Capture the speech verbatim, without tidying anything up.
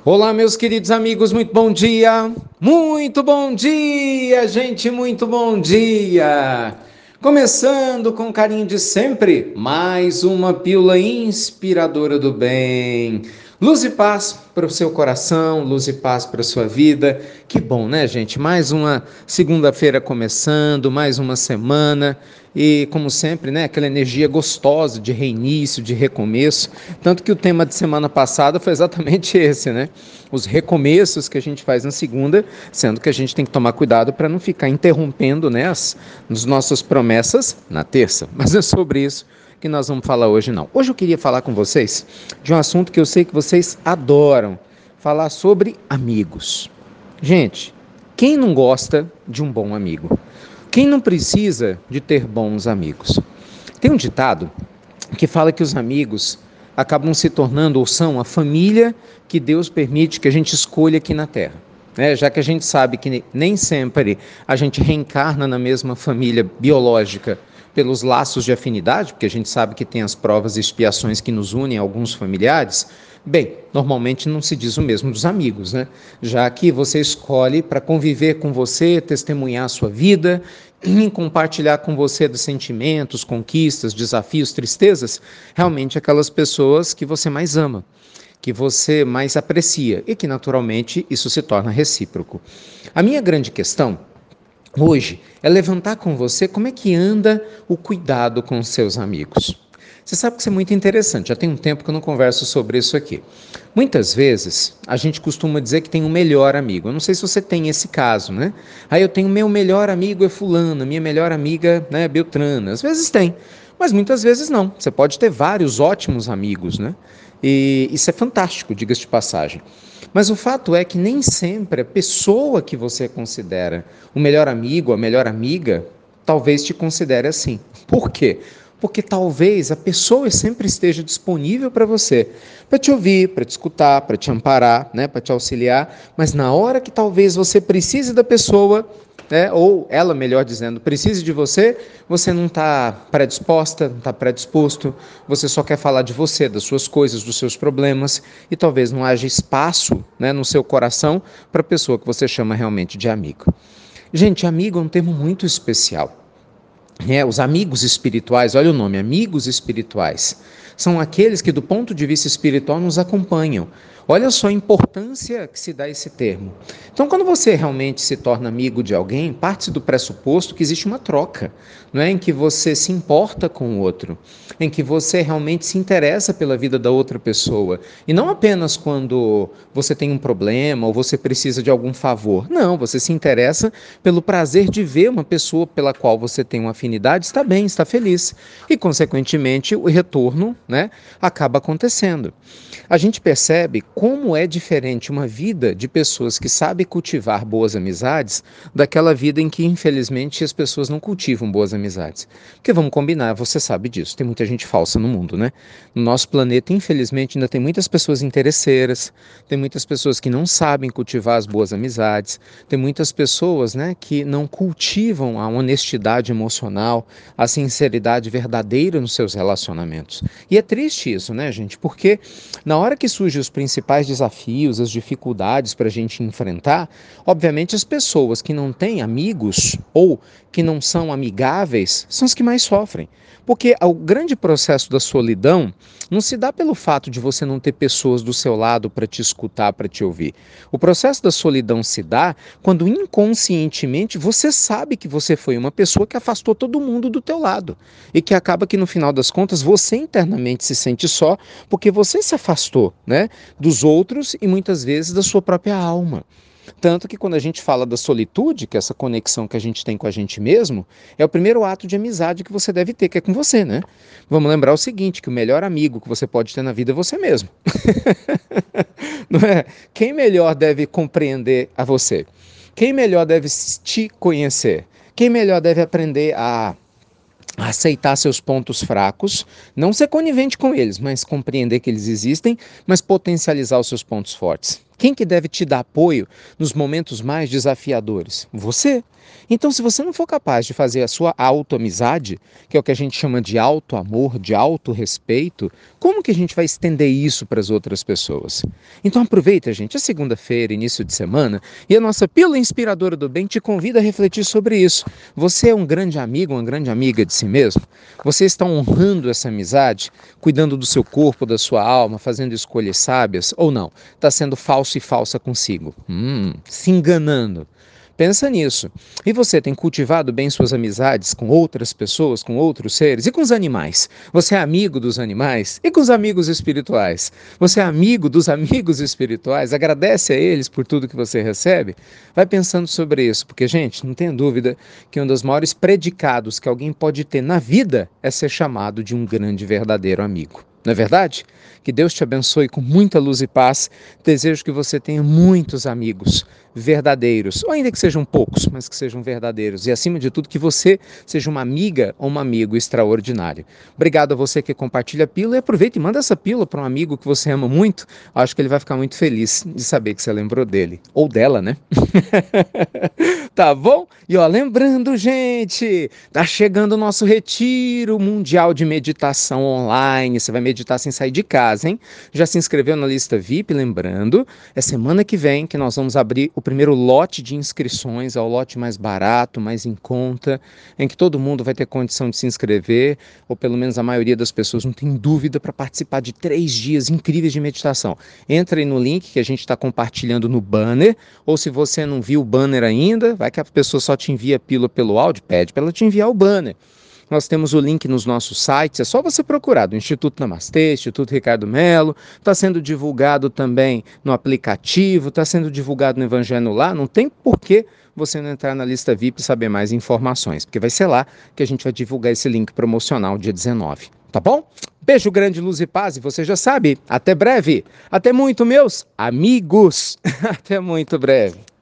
Olá, meus queridos amigos, muito bom dia! Muito bom dia, gente, muito bom dia! Começando com carinho de sempre, mais uma pílula inspiradora do bem. Luz e paz para o seu coração, luz e paz para a sua vida. Que bom, né, gente? Mais uma segunda-feira começando, mais uma semana. E, como sempre, né, aquela energia gostosa de reinício, de recomeço. Tanto que o tema de semana passada foi exatamente esse, né? Os recomeços que a gente faz na segunda, sendo que a gente tem que tomar cuidado para não ficar interrompendo, né, as, as nossas promessas na terça. Mas é sobre isso que nós vamos falar hoje, não. Hoje eu queria falar com vocês de um assunto que eu sei que vocês adoram, falar sobre amigos. Gente, quem não gosta de um bom amigo? Quem não precisa de ter bons amigos? Tem um ditado que fala que os amigos acabam se tornando ou são a família que Deus permite que a gente escolha aqui na Terra. É, já que a gente sabe que nem sempre a gente reencarna na mesma família biológica pelos laços de afinidade, porque a gente sabe que tem as provas e expiações que nos unem a alguns familiares, bem, normalmente não se diz o mesmo dos amigos, né? Já que você escolhe para conviver com você, testemunhar a sua vida, em compartilhar com você dos sentimentos, conquistas, desafios, tristezas, realmente aquelas pessoas que você mais ama, que você mais aprecia e que naturalmente isso se torna recíproco. A minha grande questão hoje é levantar com você como é que anda o cuidado com os seus amigos. Você sabe que isso é muito interessante, já tem um tempo que eu não converso sobre isso aqui. Muitas vezes a gente costuma dizer que tem um melhor amigo. Eu não sei se você tem esse caso, né? Aí eu tenho meu melhor amigo é fulana, minha melhor amiga né, é Beltrana. Às vezes tem, mas muitas vezes não. Você pode ter vários ótimos amigos, né? E isso é fantástico, diga-se de passagem. Mas o fato é que nem sempre a pessoa que você considera o melhor amigo, a melhor amiga, talvez te considere assim. Por quê? Porque talvez a pessoa sempre esteja disponível para você, para te ouvir, para te escutar, para te amparar, né, para te auxiliar, mas na hora que talvez você precise da pessoa, né, ou ela, melhor dizendo, precise de você, você não está predisposta, não está predisposto, você só quer falar de você, das suas coisas, dos seus problemas, e talvez não haja espaço né, no seu coração para a pessoa que você chama realmente de amigo. Gente, amigo é um termo muito especial. É, os amigos espirituais, olha o nome, amigos espirituais, são aqueles que do ponto de vista espiritual nos acompanham. Olha só a importância que se dá a esse termo. Então, quando você realmente se torna amigo de alguém, parte do pressuposto que existe uma troca, não é? Em que você se importa com o outro, em que você realmente se interessa pela vida da outra pessoa. E não apenas quando você tem um problema ou você precisa de algum favor. Não, você se interessa pelo prazer de ver uma pessoa pela qual você tem uma afinidade está bem, está feliz. E, consequentemente, o retorno né, acaba acontecendo. A gente percebe como é diferente uma vida de pessoas que sabem cultivar boas amizades daquela vida em que, infelizmente, as pessoas não cultivam boas amizades. Porque vamos combinar, você sabe disso, tem muita gente falsa no mundo, né? No nosso planeta, infelizmente, ainda tem muitas pessoas interesseiras, tem muitas pessoas que não sabem cultivar as boas amizades, tem muitas pessoas né, que não cultivam a honestidade emocional, a sinceridade verdadeira nos seus relacionamentos. E é triste isso, né, gente? Porque na hora que surgem os principais desafios, as dificuldades para a gente enfrentar, obviamente as pessoas que não têm amigos ou que não são amigáveis são as que mais sofrem. Porque o grande processo da solidão não se dá pelo fato de você não ter pessoas do seu lado para te escutar, para te ouvir. O processo da solidão se dá quando inconscientemente você sabe que você foi uma pessoa que afastou todo mundo do teu lado e que acaba que no final das contas você internamente se sente só porque você se afastou, né, dos outros e muitas vezes da sua própria alma. Tanto que quando a gente fala da solitude, que é essa conexão que a gente tem com a gente mesmo, é o primeiro ato de amizade que você deve ter, que é com você, né? Vamos lembrar o seguinte, que o melhor amigo que você pode ter na vida é você mesmo. Não é? Quem melhor deve compreender a você? Quem melhor deve te conhecer? Quem melhor deve aprender a aceitar seus pontos fracos, não ser conivente com eles, mas compreender que eles existem, mas potencializar os seus pontos fortes. Quem que deve te dar apoio nos momentos mais desafiadores? Você. Então, se você não for capaz de fazer a sua autoamizade, que é o que a gente chama de auto-amor, de auto-respeito, como que a gente vai estender isso para as outras pessoas? Então aproveita, gente, a segunda-feira, início de semana, e a nossa pílula inspiradora do bem te convida a refletir sobre isso. Você é um grande amigo, uma grande amiga de si mesmo? Você está honrando essa amizade, cuidando do seu corpo, da sua alma, fazendo escolhas sábias, ou não? Está sendo falso e falsa consigo? Hum, se enganando. Pensa nisso. E você tem cultivado bem suas amizades com outras pessoas, com outros seres e com os animais? Você é amigo dos animais e com os amigos espirituais? Você é amigo dos amigos espirituais? Agradece a eles por tudo que você recebe? Vai pensando sobre isso, porque, gente, não tenha dúvida que um dos maiores predicados que alguém pode ter na vida é ser chamado de um grande verdadeiro amigo. Não é verdade? Que Deus te abençoe com muita luz e paz. Desejo que você tenha muitos amigos verdadeiros, ou ainda que sejam poucos, mas que sejam verdadeiros. E, acima de tudo, que você seja uma amiga ou um amigo extraordinário. Obrigado a você que compartilha a pílula e aproveita e manda essa pílula para um amigo que você ama muito. Acho que ele vai ficar muito feliz de saber que você lembrou dele. Ou dela, né? Tá bom? E ó, lembrando, gente, tá chegando o nosso retiro mundial de meditação online. Você vai meditar sem sair de casa, hein? Já se inscreveu na lista V I P? Lembrando, é semana que vem que nós vamos abrir o primeiro lote de inscrições, é o lote mais barato, mais em conta, em que todo mundo vai ter condição de se inscrever, ou pelo menos a maioria das pessoas não tem dúvida, para participar de três dias incríveis de meditação. Entra aí no link que a gente está compartilhando no banner, ou se você não viu o banner ainda, vai que a pessoa só te envia a pílula pelo áudio, pede para ela te enviar o banner. Nós temos o link nos nossos sites, é só você procurar, do Instituto Namastê, Instituto Ricardo Melo, está sendo divulgado também no aplicativo, está sendo divulgado no Evangelho lá, não tem porquê você não entrar na lista V I P e saber mais informações, porque vai ser lá que a gente vai divulgar esse link promocional dia dezenove, tá bom? Beijo grande, luz e paz, e você já sabe, até breve, até muito, meus amigos, até muito breve.